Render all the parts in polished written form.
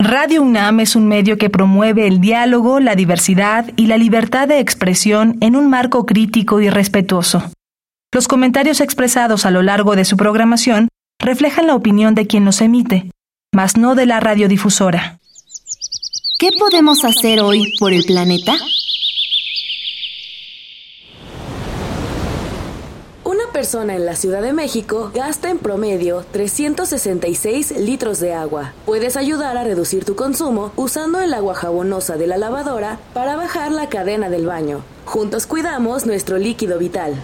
Radio UNAM es un medio que promueve el diálogo, la diversidad y la libertad de expresión en un marco crítico y respetuoso. Los comentarios expresados a lo largo de su programación reflejan la opinión de quien los emite, mas no de la radiodifusora. ¿Qué podemos hacer hoy por el planeta? Una persona en la Ciudad de México gasta en promedio 366 litros de agua. Puedes ayudar a reducir tu consumo usando el agua jabonosa de la lavadora para bajar la cadena del baño. Juntos cuidamos nuestro líquido vital.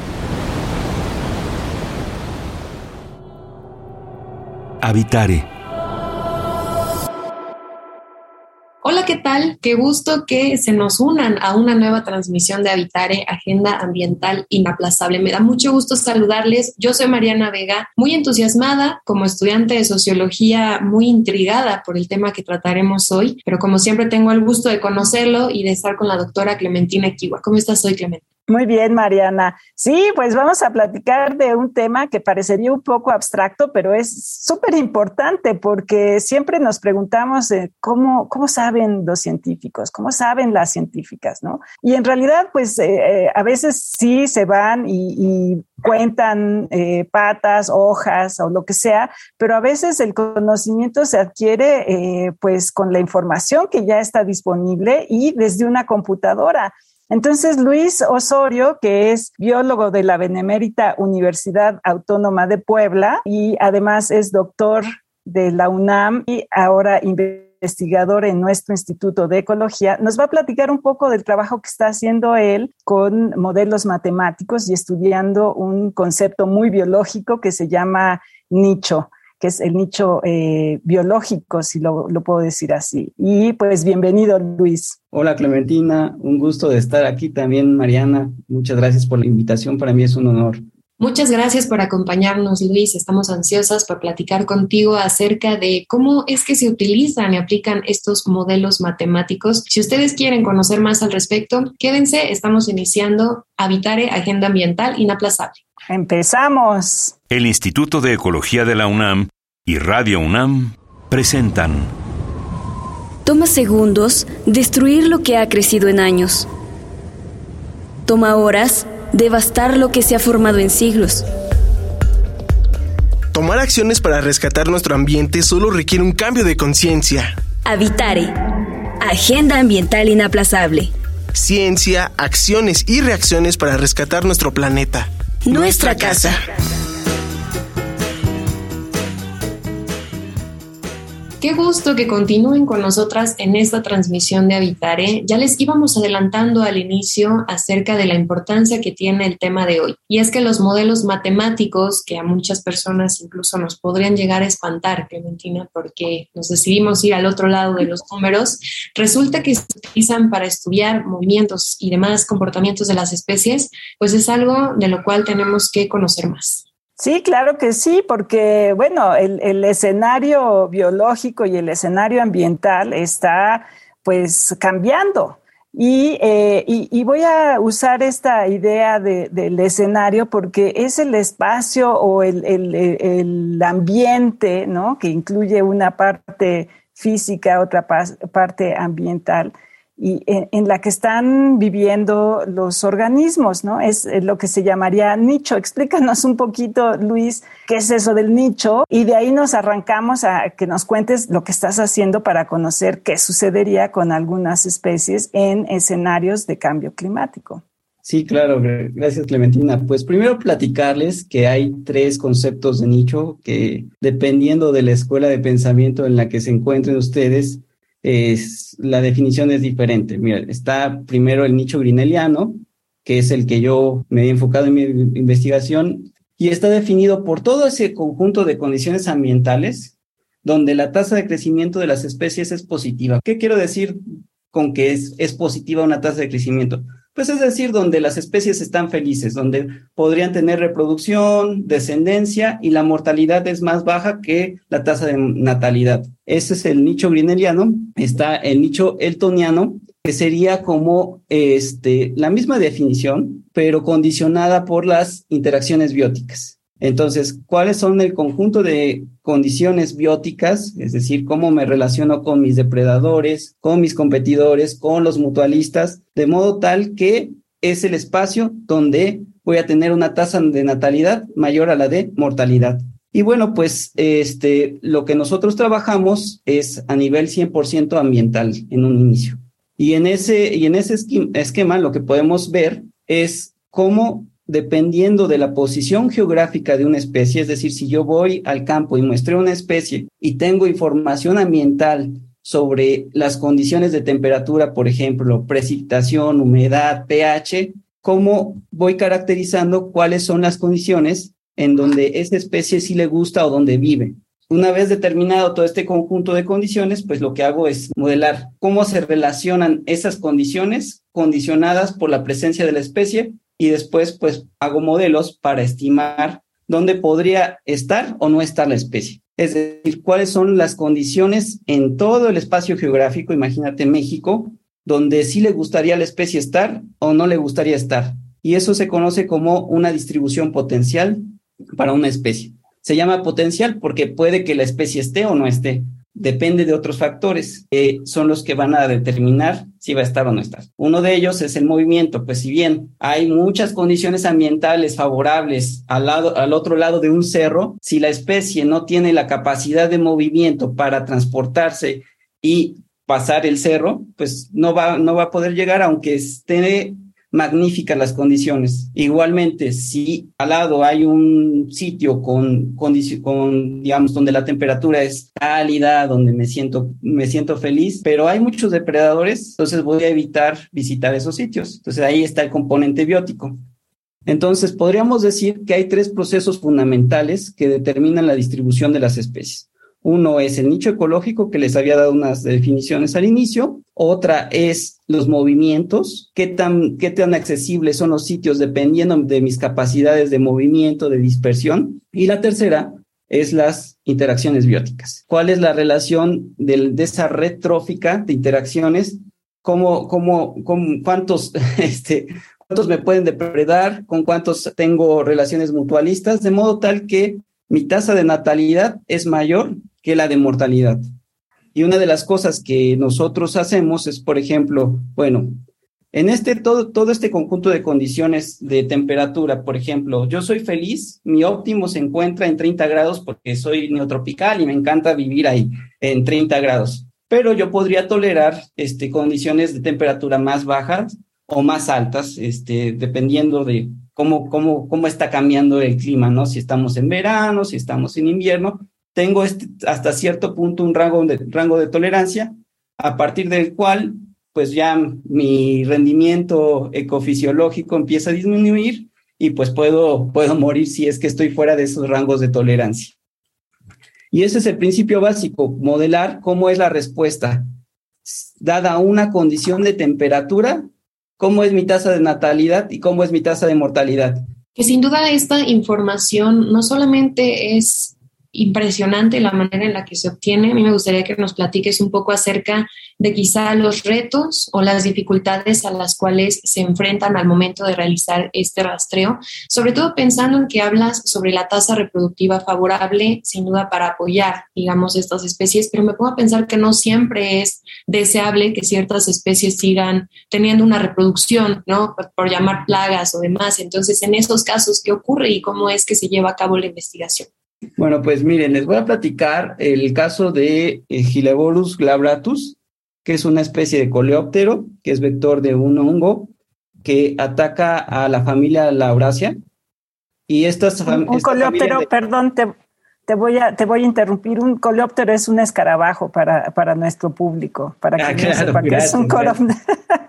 Habitare. Hola, ¿qué tal? Qué gusto que se nos unan a una nueva transmisión de Habitare, Agenda Ambiental Inaplazable. Me da mucho gusto saludarles. Yo soy Mariana Vega, muy entusiasmada como estudiante de Sociología, muy intrigada por el tema que trataremos hoy, pero como siempre tengo el gusto de conocerlo y de estar con la doctora Clementina Equihua. ¿Cómo estás hoy, Clementina? Muy bien, Mariana. Sí, pues vamos a platicar de un tema que parecería un poco abstracto, pero es súper importante porque siempre nos preguntamos cómo saben los científicos, cómo saben las científicas, ¿no? Y en realidad, pues a veces sí se van y cuentan patas, hojas o lo que sea, pero a veces el conocimiento se adquiere pues con la información que ya está disponible y desde una computadora. Entonces, Luis Osorio, que es biólogo de la Benemérita Universidad Autónoma de Puebla y además es doctor de la UNAM y ahora investigador en nuestro Instituto de Ecología, nos va a platicar un poco del trabajo que está haciendo él con modelos matemáticos y estudiando un concepto muy biológico que se llama nicho, que es el nicho biológico, si lo puedo decir así. Y pues bienvenido, Luis. Hola, Clementina, un gusto de estar aquí también, Mariana. Muchas gracias por la invitación, para mí es un honor. Muchas gracias por acompañarnos, Luis. Estamos ansiosas por platicar contigo acerca de cómo es que se utilizan y aplican estos modelos matemáticos. Si ustedes quieren conocer más al respecto, quédense, estamos iniciando Habitare, Agenda Ambiental Inaplazable. ¡Empezamos! El Instituto de Ecología de la UNAM y Radio UNAM presentan. Toma segundos destruir lo que ha crecido en años. Toma horas devastar lo que se ha formado en siglos. Tomar acciones para rescatar nuestro ambiente solo requiere un cambio de conciencia. Habitare, Agenda Ambiental Inaplazable. Ciencia, acciones y reacciones para rescatar nuestro planeta. Nuestra casa. Qué gusto que continúen con nosotras en esta transmisión de Habitare. Ya les íbamos adelantando al inicio acerca de la importancia que tiene el tema de hoy. Y es que los modelos matemáticos, que a muchas personas incluso nos podrían llegar a espantar, Clementina, porque nos decidimos ir al otro lado de los números, resulta que se utilizan para estudiar movimientos y demás comportamientos de las especies, pues es algo de lo cual tenemos que conocer más. Sí, claro que sí, porque, bueno, el escenario biológico y el escenario ambiental está, pues, cambiando. Y voy a usar esta idea del escenario porque es el espacio o el ambiente, ¿no?, que incluye una parte física, otra parte ambiental, y en la que están viviendo los organismos, ¿no? Es lo que se llamaría nicho. Explícanos un poquito, Luis, qué es eso del nicho, y de ahí nos arrancamos a que nos cuentes lo que estás haciendo para conocer qué sucedería con algunas especies en escenarios de cambio climático. Sí, claro, gracias, Clementina. Pues primero platicarles que hay 3 conceptos de nicho que, dependiendo de la escuela de pensamiento en la que se encuentren ustedes, la definición es diferente. Mira, está primero el nicho grineliano, que es el que yo me he enfocado en mi investigación, y está definido por todo ese conjunto de condiciones ambientales donde la tasa de crecimiento de las especies es positiva. ¿Qué quiero decir con que es positiva una tasa de crecimiento? Pues es decir, donde las especies están felices, donde podrían tener reproducción, descendencia, y la mortalidad es más baja que la tasa de natalidad. Ese es el nicho grineliano. Está el nicho eltoniano, que sería como la misma definición, pero condicionada por las interacciones bióticas. Entonces, ¿cuáles son el conjunto de condiciones bióticas? Es decir, cómo me relaciono con mis depredadores, con mis competidores, con los mutualistas, de modo tal que es el espacio donde voy a tener una tasa de natalidad mayor a la de mortalidad. Y bueno, pues lo que nosotros trabajamos es a nivel 100% ambiental en un inicio. Y en ese esquema lo que podemos ver es cómo, dependiendo de la posición geográfica de una especie, es decir, si yo voy al campo y muestreo una especie y tengo información ambiental sobre las condiciones de temperatura, por ejemplo, precipitación, humedad, pH, cómo voy caracterizando cuáles son las condiciones en donde esa especie sí le gusta o donde vive. Una vez determinado todo este conjunto de condiciones, pues lo que hago es modelar cómo se relacionan esas condiciones condicionadas por la presencia de la especie y después pues hago modelos para estimar dónde podría estar o no estar la especie. Es decir, cuáles son las condiciones en todo el espacio geográfico, imagínate México, donde sí le gustaría a la especie estar o no le gustaría estar. Y eso se conoce como una distribución potencial para una especie. Se llama potencial porque puede que la especie esté o no esté. Depende de otros factores que son los que van a determinar si va a estar o no estar. Uno de ellos es el movimiento. Pues si bien hay muchas condiciones ambientales favorables al otro lado de un cerro, si la especie no tiene la capacidad de movimiento para transportarse y pasar el cerro, pues no va a poder llegar aunque esté magníficas las condiciones. Igualmente, si al lado hay un sitio con digamos, donde la temperatura es cálida, donde me siento feliz, pero hay muchos depredadores, entonces voy a evitar visitar esos sitios. Entonces ahí está el componente biótico. Entonces podríamos decir que hay 3 procesos fundamentales que determinan la distribución de las especies. Uno es el nicho ecológico, que les había dado unas definiciones al inicio. Otra es los movimientos, qué tan accesibles son los sitios dependiendo de mis capacidades de movimiento, de dispersión. Y la tercera es las interacciones bióticas. ¿Cuál es la relación de esa red trófica de interacciones? ¿Cuántos me pueden depredar? ¿Con cuántos tengo relaciones mutualistas? De modo tal que mi tasa de natalidad es mayor que la de mortalidad. Y una de las cosas que nosotros hacemos es, por ejemplo, bueno, en todo este conjunto de condiciones de temperatura, por ejemplo, yo soy feliz, mi óptimo se encuentra en 30 grados porque soy neotropical y me encanta vivir ahí en 30 grados. Pero yo podría tolerar condiciones de temperatura más bajas o más altas, dependiendo de cómo está cambiando el clima, ¿no? Si estamos en verano, si estamos en invierno. Tengo hasta cierto punto un rango de tolerancia, a partir del cual, pues ya mi rendimiento ecofisiológico empieza a disminuir y pues puedo morir si es que estoy fuera de esos rangos de tolerancia. Y ese es el principio básico, modelar cómo es la respuesta. Dada una condición de temperatura, cómo es mi tasa de natalidad y cómo es mi tasa de mortalidad. Que sin duda esta información no solamente es impresionante la manera en la que se obtiene. A mí me gustaría que nos platiques un poco acerca de quizá los retos o las dificultades a las cuales se enfrentan al momento de realizar este rastreo, sobre todo pensando en que hablas sobre la tasa reproductiva favorable, sin duda para apoyar, digamos, estas especies, pero me pongo a pensar que no siempre es deseable que ciertas especies sigan teniendo una reproducción, ¿no? Por llamar plagas o demás. Entonces, en esos casos, ¿qué ocurre y cómo es que se lleva a cabo la investigación? Bueno, pues miren, les voy a platicar el caso de Gileborus glabratus, que es una especie de coleóptero, que es vector de un hongo que ataca a la familia Laurasia. Y un coleóptero, perdón, te voy a interrumpir. Un coleóptero es un escarabajo para nuestro público, para que no sepa que es un coleóptero.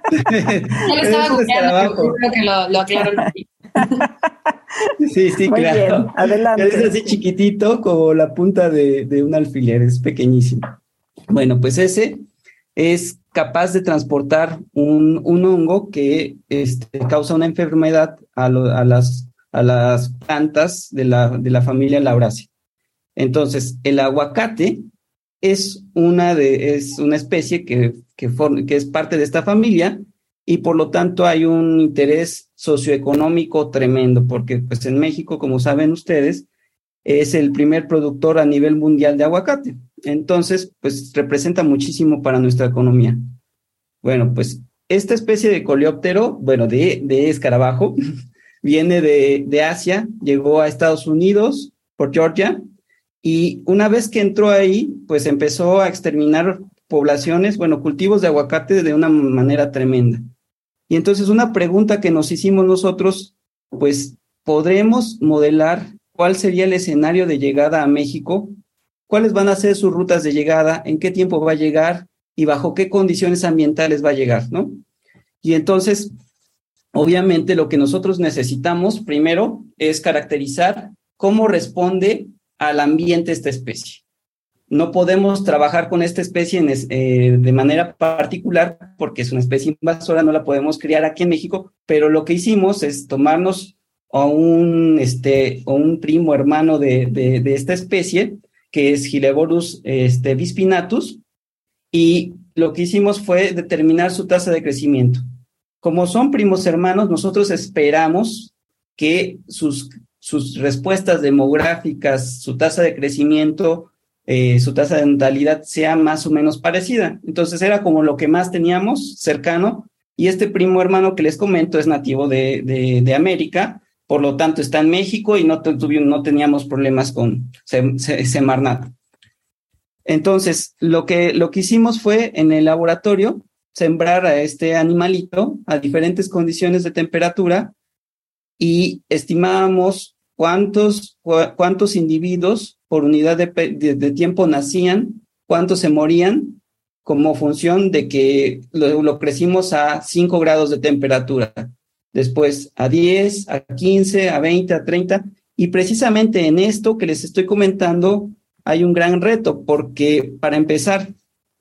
Yo lo estaba googleando, creo que lo aclaro aquí. Sí, muy claro. Bien, adelante. Es así chiquitito como la punta de un alfiler, es pequeñísimo. Bueno, pues ese es capaz de transportar un hongo que causa una enfermedad a las plantas de la familia Laurasia. Entonces, el aguacate es una especie que es parte de esta familia y por lo tanto hay un interés socioeconómico tremendo, porque pues en México, como saben ustedes, es el primer productor a nivel mundial de aguacate. Entonces, pues representa muchísimo para nuestra economía. Bueno, pues esta especie de coleóptero, bueno, de escarabajo, viene de Asia, llegó a Estados Unidos por Georgia, y una vez que entró ahí, pues empezó a exterminar poblaciones, bueno, cultivos de aguacate de una manera tremenda. Y entonces una pregunta que nos hicimos nosotros, pues, ¿podremos modelar cuál sería el escenario de llegada a México? ¿Cuáles van a ser sus rutas de llegada? ¿En qué tiempo va a llegar? ¿Y bajo qué condiciones ambientales va a llegar, no? Y entonces, obviamente, lo que nosotros necesitamos primero es caracterizar cómo responde al ambiente esta especie. No podemos trabajar con esta especie de manera particular porque es una especie invasora, no la podemos criar aquí en México, pero lo que hicimos es tomarnos a un primo hermano de esta especie, que es Gileborus bispinatus, y lo que hicimos fue determinar su tasa de crecimiento. Como son primos hermanos, nosotros esperamos que sus respuestas demográficas, su tasa de crecimiento, su tasa de natalidad sea más o menos parecida. Entonces era como lo que más teníamos cercano, y este primo hermano que les comento es nativo de América, por lo tanto está en México y no teníamos problemas con Semarnat. Entonces, lo que hicimos fue en el laboratorio sembrar a este animalito a diferentes condiciones de temperatura y estimábamos cuántos individuos por unidad de tiempo nacían, cuántos se morían, como función de que lo crecimos a 5 grados de temperatura, después a 10, a 15, a 20, a 30, y precisamente en esto que les estoy comentando hay un gran reto, porque para empezar,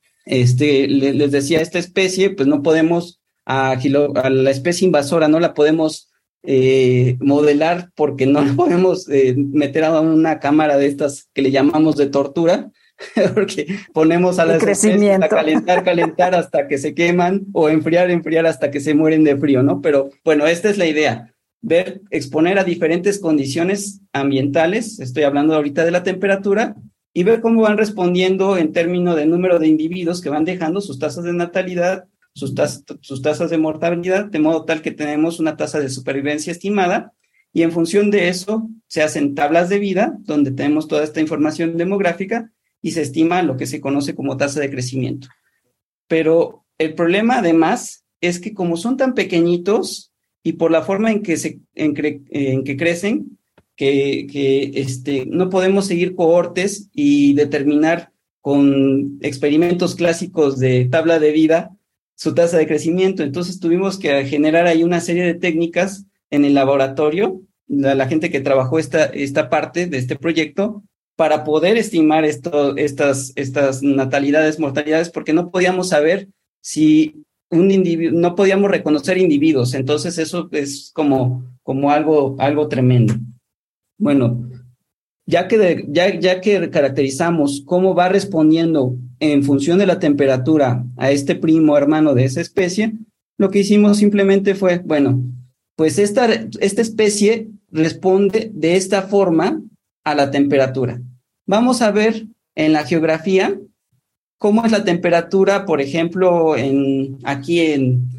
les decía, esta especie, pues no podemos, a la especie invasora no la podemos modelar porque no la podemos meter a una cámara de estas que le llamamos de tortura, porque ponemos a las especies a calentar hasta que se queman, o enfriar hasta que se mueren de frío, ¿no? Pero bueno, esta es la idea, exponer a diferentes condiciones ambientales, estoy hablando ahorita de la temperatura, y ver cómo van respondiendo en términos de número de individuos que van dejando sus tasas de natalidad, sus tasas de mortalidad, de modo tal que tenemos una tasa de supervivencia estimada, y en función de eso se hacen tablas de vida, donde tenemos toda esta información demográfica, y se estima lo que se conoce como tasa de crecimiento. Pero el problema, además, es que como son tan pequeñitos, y por la forma en que crecen, que no podemos seguir cohortes y determinar con experimentos clásicos de tabla de vida su tasa de crecimiento. Entonces tuvimos que generar ahí una serie de técnicas en el laboratorio, la gente que trabajó esta parte de este proyecto, para poder estimar estas natalidades, mortalidades, porque no podíamos saber si un individuo, no podíamos reconocer individuos. Entonces eso es como algo tremendo. Bueno, ya que caracterizamos cómo va respondiendo en función de la temperatura a este primo hermano de esa especie, lo que hicimos simplemente fue, bueno, pues esta especie responde de esta forma a la temperatura. Vamos a ver en la geografía cómo es la temperatura, por ejemplo, aquí en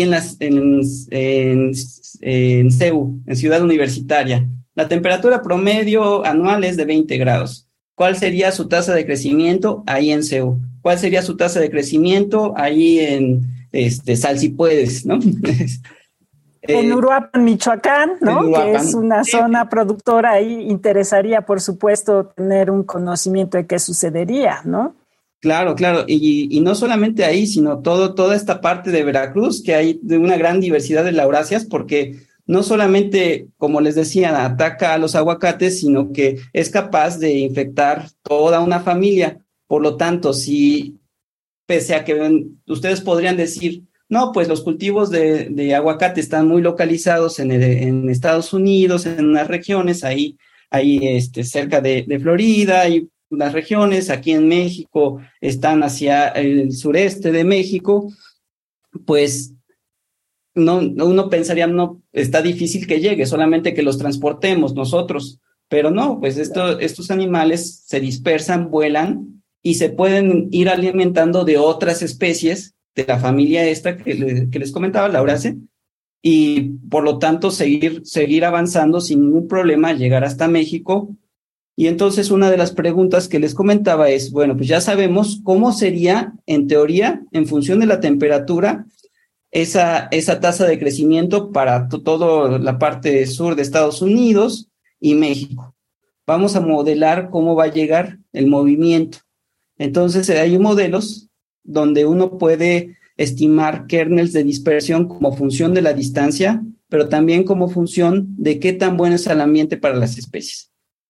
CEU, en Ciudad Universitaria. La temperatura promedio anual es de 20 grados. ¿Cuál sería su tasa de crecimiento ahí en CEU? ¿Cuál sería su tasa de crecimiento ahí en Salsipuedes, ¿no? En Uruapan, Michoacán, ¿no? Que es una zona productora, ahí interesaría, por supuesto, tener un conocimiento de qué sucedería, ¿no? Claro. Y no solamente ahí, sino toda esta parte de Veracruz, que hay de una gran diversidad de lauráceas, porque no solamente, como les decía, ataca a los aguacates, sino que es capaz de infectar toda una familia. Por lo tanto, si pese a que ustedes podrían decir, no, pues los cultivos de aguacate están muy localizados en Estados Unidos, en unas regiones, ahí cerca de Florida, hay unas regiones, aquí en México están hacia el sureste de México, pues uno pensaría, no, está difícil que llegue, solamente que los transportemos nosotros, pero no, pues estos animales se dispersan, vuelan y se pueden ir alimentando de otras especies de la familia esta que les comentaba, Lauraceae, y por lo tanto seguir avanzando sin ningún problema, llegar hasta México. Y entonces una de las preguntas que les comentaba es, bueno, pues ya sabemos cómo sería, en teoría, en función de la temperatura, esa tasa de crecimiento para toda la parte sur de Estados Unidos y México. Vamos a modelar cómo va a llegar el movimiento. Entonces hay modelos donde uno puede estimar kernels de dispersión como función de la distancia, pero también como función de qué tan bueno es el ambiente para las especies.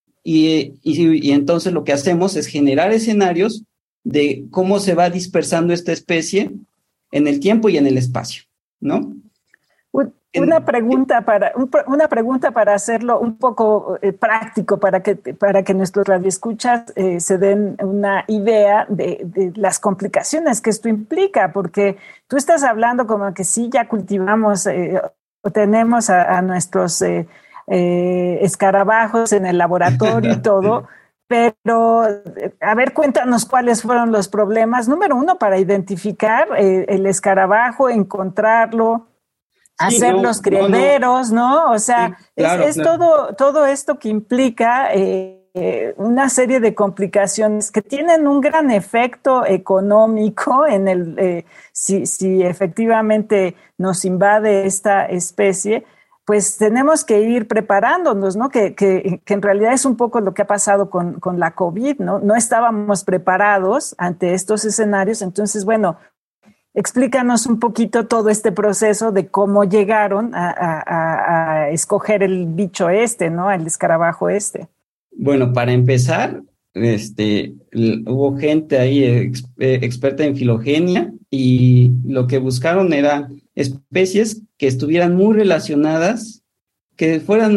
Y entonces lo que hacemos es generar escenarios de cómo se va dispersando esta especie en el tiempo y en el espacio, ¿no? Una pregunta para hacerlo un poco práctico, para que nuestros radioescuchas se den una idea de las complicaciones que esto implica, porque tú estás hablando como que sí, ya cultivamos o tenemos a nuestros escarabajos en el laboratorio y todo, pero a ver, cuéntanos cuáles fueron los problemas. Número uno, para identificar el escarabajo, encontrarlo, hacer los criaderos, ¿no? O sea, sí, claro, es claro. Todo esto que implica una serie de complicaciones que tienen un gran efecto económico en si efectivamente nos invade esta especie. Pues tenemos que ir preparándonos, ¿no? Que en realidad es un poco lo que ha pasado con la COVID, ¿no? No estábamos preparados ante estos escenarios. Entonces, bueno, explícanos un poquito todo este proceso de cómo llegaron a escoger el bicho ¿no? El escarabajo Bueno, para empezar, hubo gente ahí experta en filogenia y lo que buscaron eran especies que estuvieran muy relacionadas, que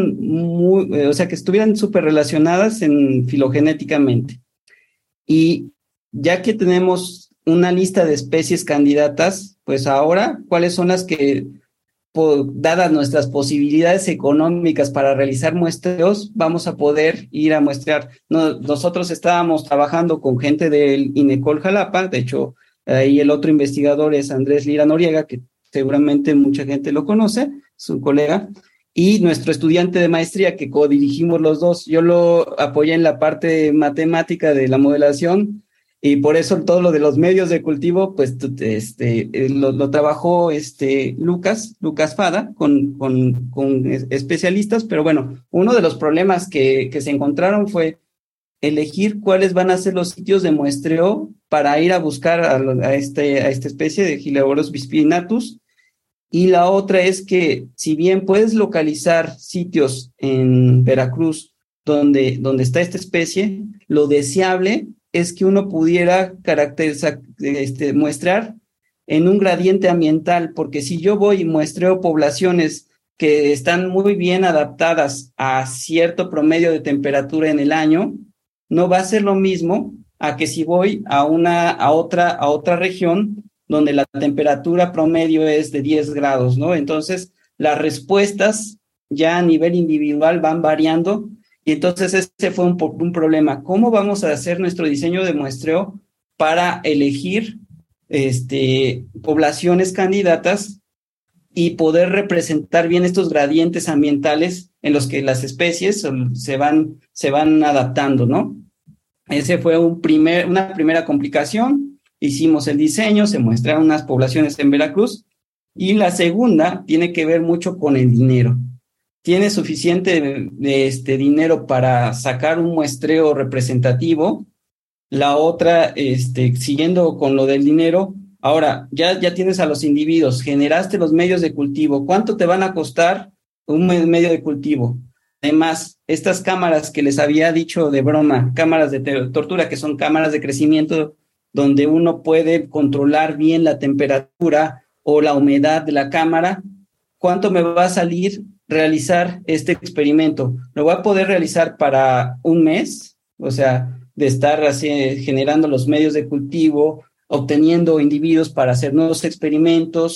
estuvieran súper relacionadas filogenéticamente. Y ya que tenemos una lista de especies candidatas, pues ahora, ¿cuáles son las que, dadas nuestras posibilidades económicas para realizar muestreos, vamos a poder ir a muestrear? Nosotros estábamos trabajando con gente del INECOL Jalapa, de hecho, ahí el otro investigador es Andrés Lira Noriega, que seguramente mucha gente lo conoce, es un colega, y nuestro estudiante de maestría que codirigimos los dos. Yo lo apoyé en la parte matemática de la modelación, y por eso todo lo de los medios de cultivo, pues lo trabajó Lucas Fada con especialistas, pero bueno, uno de los problemas que se encontraron fue elegir cuáles van a ser los sitios de muestreo para ir a buscar a esta especie de Gileoborus bispinatus. Y la otra es que, si bien puedes localizar sitios en Veracruz donde está esta especie, lo deseable es que uno pudiera muestrear en un gradiente ambiental, porque si yo voy y muestreo poblaciones que están muy bien adaptadas a cierto promedio de temperatura en el año, no va a ser lo mismo a que si voy a otra región donde la temperatura promedio es de 10 grados, ¿no? Entonces, las respuestas ya a nivel individual van variando. Y entonces ese fue un problema. ¿Cómo vamos a hacer nuestro diseño de muestreo para elegir poblaciones candidatas y poder representar bien estos gradientes ambientales en los que las especies se van adaptando, ¿no? Ese fue una primera complicación. Hicimos el diseño, se muestraron unas poblaciones en Veracruz, y la segunda tiene que ver mucho con el dinero. ¿Tiene suficiente dinero para sacar un muestreo representativo? La otra, siguiendo con lo del dinero, ahora ya tienes a los individuos, generaste los medios de cultivo. ¿Cuánto te van a costar un medio de cultivo? Además, estas cámaras que les había dicho de broma, cámaras de tortura, que son cámaras de crecimiento donde uno puede controlar bien la temperatura o la humedad de la cámara, ¿cuánto me va a salir realizar este experimento? ¿Lo voy a poder realizar para un mes? O sea, de estar generando los medios de cultivo, obteniendo individuos para hacer nuevos experimentos,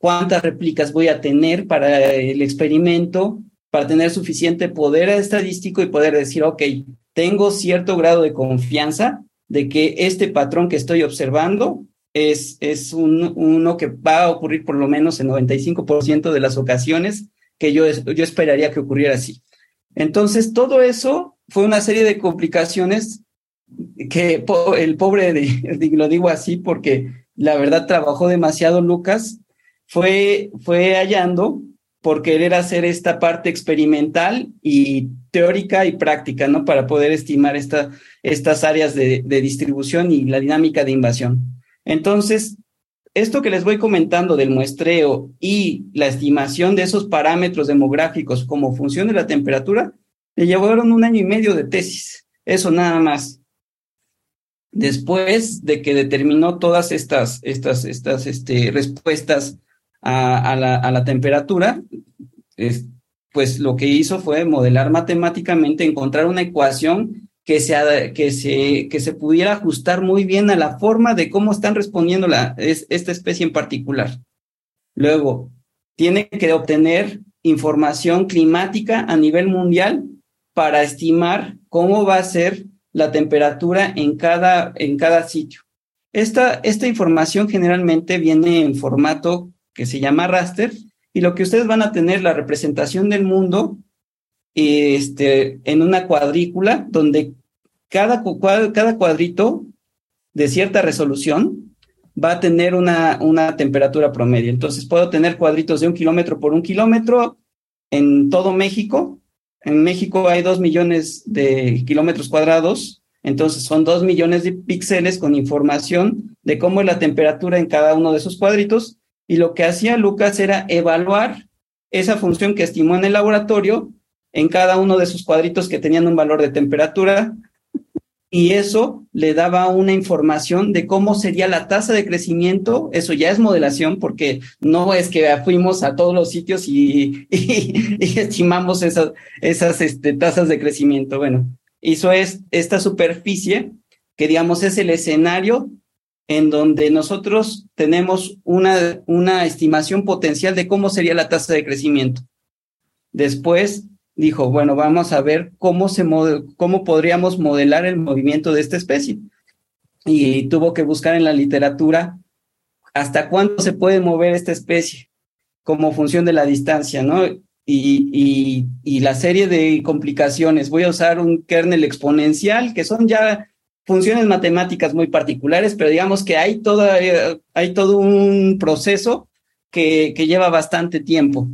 cuántas réplicas voy a tener para el experimento, para tener suficiente poder estadístico y poder decir, ok, tengo cierto grado de confianza de que este patrón que estoy observando es uno que va a ocurrir por lo menos en 95% de las ocasiones que yo esperaría que ocurriera así. Entonces, todo eso fue una serie de complicaciones que el pobre, lo digo así porque la verdad trabajó demasiado Lucas, fue hallando por querer hacer esta parte experimental y teórica y práctica, ¿no? Para poder estimar estas áreas de distribución y la dinámica de invasión. Entonces, esto que les voy comentando del muestreo y la estimación de esos parámetros demográficos como función de la temperatura, le llevaron 1 año y medio de tesis. Eso nada más. Después de que determinó todas estas respuestas a la temperatura, pues lo que hizo fue modelar matemáticamente, encontrar una ecuación que se pudiera ajustar muy bien a la forma de cómo están respondiendo esta especie en particular. Luego, tiene que obtener información climática a nivel mundial para estimar cómo va a ser la temperatura en cada sitio. Esta información generalmente viene en formato que se llama raster, y lo que ustedes van a tener la representación del mundo en una cuadrícula donde cada cuadrito de cierta resolución va a tener una temperatura promedio. Entonces puedo tener cuadritos de 1 kilómetro por 1 kilómetro en todo México. En México hay 2 millones de kilómetros cuadrados, entonces son 2 millones de píxeles con información de cómo es la temperatura en cada uno de esos cuadritos, y lo que hacía Lucas era evaluar esa función que estimó en el laboratorio en cada uno de esos cuadritos que tenían un valor de temperatura, y eso le daba una información de cómo sería la tasa de crecimiento. Eso ya es modelación, porque no es que fuimos a todos los sitios y estimamos esas tasas de crecimiento. Bueno, hizo esta superficie que, digamos, es el escenario en donde nosotros tenemos una estimación potencial de cómo sería la tasa de crecimiento. Después dijo, bueno, vamos a ver cómo podríamos modelar el movimiento de esta especie. Y tuvo que buscar en la literatura hasta cuánto se puede mover esta especie como función de la distancia, ¿no? Y la serie de complicaciones. Voy a usar un kernel exponencial, que son ya funciones matemáticas muy particulares, pero digamos que hay todo un proceso que lleva bastante tiempo.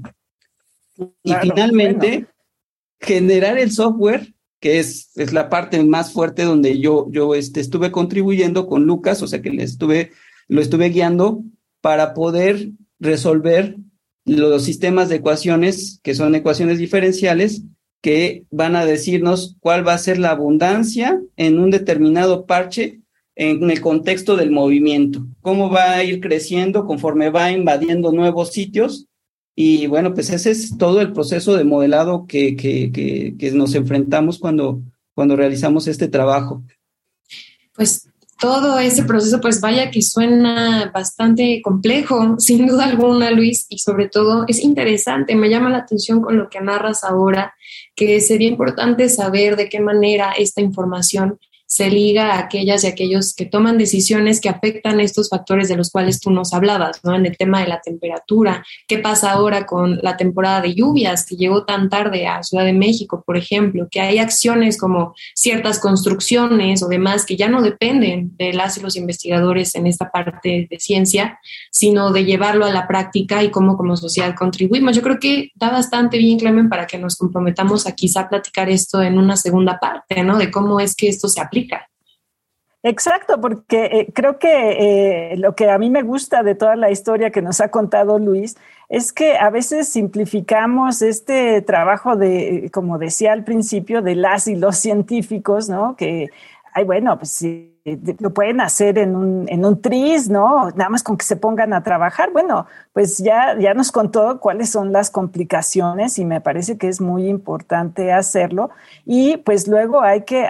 Y claro, finalmente, generar el software, que es la parte más fuerte donde yo estuve contribuyendo con Lucas, o sea que lo estuve guiando para poder resolver los sistemas de ecuaciones, que son ecuaciones diferenciales, que van a decirnos cuál va a ser la abundancia en un determinado parche en el contexto del movimiento, cómo va a ir creciendo conforme va invadiendo nuevos sitios. Y bueno, pues ese es todo el proceso de modelado que nos enfrentamos cuando realizamos este trabajo. Pues todo ese proceso, pues vaya que suena bastante complejo, sin duda alguna, Luis, y sobre todo es interesante, me llama la atención con lo que narras ahora, que sería importante saber de qué manera esta información se liga a aquellas y aquellos que toman decisiones que afectan estos factores de los cuales tú nos hablabas, ¿no? En el tema de la temperatura, ¿qué pasa ahora con la temporada de lluvias que llegó tan tarde a Ciudad de México, por ejemplo? Que hay acciones como ciertas construcciones o demás que ya no dependen de las y los investigadores en esta parte de ciencia, sino de llevarlo a la práctica y cómo como sociedad contribuimos. Yo creo que da bastante bien, Clemen, para que nos comprometamos a quizá platicar esto en una segunda parte, ¿no? De cómo es que esto se aplica. Exacto, porque creo que lo que a mí me gusta de toda la historia que nos ha contado Luis es que a veces simplificamos este trabajo de, como decía al principio, de las y los científicos, ¿no? Que bueno, pues sí, lo pueden hacer en un tris, ¿no? Nada más con que se pongan a trabajar. Bueno, pues ya nos contó cuáles son las complicaciones y me parece que es muy importante hacerlo. Y pues luego hay que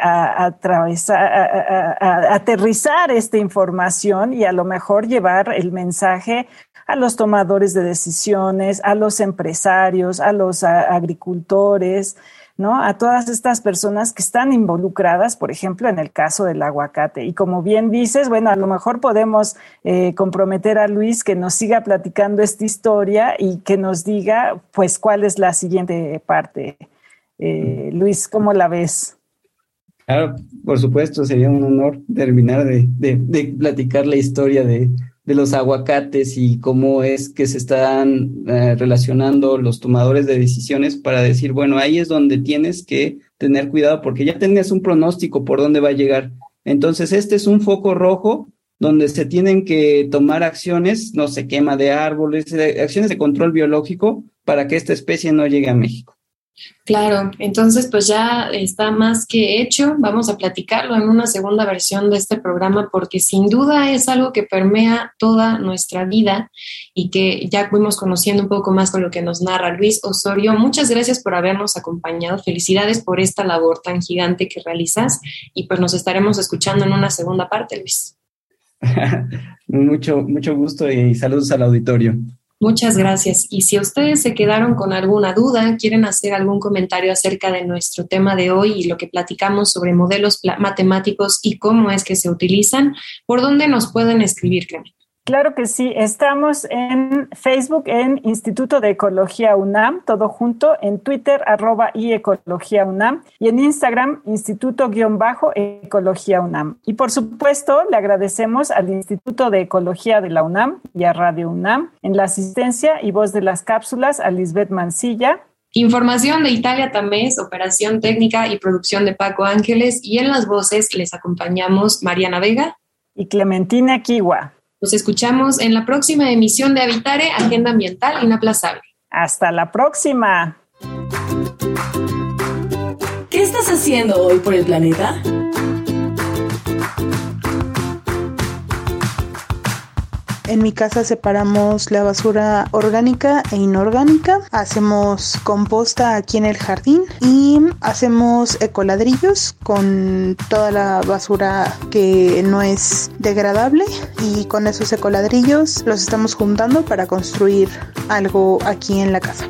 aterrizar esta información y a lo mejor llevar el mensaje a los tomadores de decisiones, a los empresarios, a los agricultores, ¿no? A todas estas personas que están involucradas, por ejemplo, en el caso del aguacate. Y como bien dices, bueno, a lo mejor podemos comprometer a Luis que nos siga platicando esta historia y que nos diga, pues, cuál es la siguiente parte. Luis, ¿cómo la ves? Claro, por supuesto, sería un honor terminar de platicar la historia de los aguacates y cómo es que se están relacionando los tomadores de decisiones para decir, bueno, ahí es donde tienes que tener cuidado porque ya tenías un pronóstico por dónde va a llegar. Entonces, este es un foco rojo donde se tienen que tomar acciones, no sé, quema de árboles, acciones de control biológico para que esta especie no llegue a México. Claro, entonces pues ya está más que hecho. Vamos a platicarlo en una segunda versión de este programa porque sin duda es algo que permea toda nuestra vida y que ya fuimos conociendo un poco más con lo que nos narra Luis Osorio. Muchas gracias por habernos acompañado. Felicidades por esta labor tan gigante que realizas y pues nos estaremos escuchando en una segunda parte, Luis. Mucho gusto y saludos al auditorio. Muchas gracias. Y si ustedes se quedaron con alguna duda, quieren hacer algún comentario acerca de nuestro tema de hoy y lo que platicamos sobre modelos matemáticos y cómo es que se utilizan, ¿por dónde nos pueden escribir, Clemente? Claro que sí, estamos en Facebook en Instituto de Ecología UNAM, todo junto, en Twitter @iEcología UNAM y en Instagram Instituto_Ecología UNAM. Y por supuesto le agradecemos al Instituto de Ecología de la UNAM y a Radio UNAM en la asistencia y voz de las cápsulas a Lisbeth Mancilla. Información de Italia Tamés, operación técnica y producción de Paco Ángeles y en las voces les acompañamos Mariana Vega y Clementina Kiwa. Nos escuchamos en la próxima emisión de Habitare, Agenda Ambiental Inaplazable. ¡Hasta la próxima! ¿Qué estás haciendo hoy por el planeta? En mi casa separamos la basura orgánica e inorgánica, hacemos composta aquí en el jardín y hacemos ecoladrillos con toda la basura que no es degradable y con esos ecoladrillos los estamos juntando para construir algo aquí en la casa.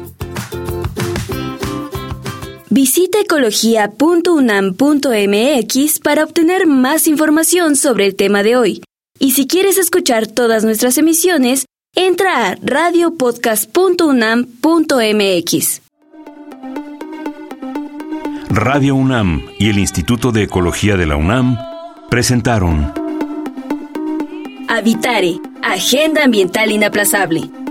Visita ecología.unam.mx para obtener más información sobre el tema de hoy. Y si quieres escuchar todas nuestras emisiones, entra a radiopodcast.unam.mx. Radio UNAM y el Instituto de Ecología de la UNAM presentaron Habitare, Agenda Ambiental Inaplazable.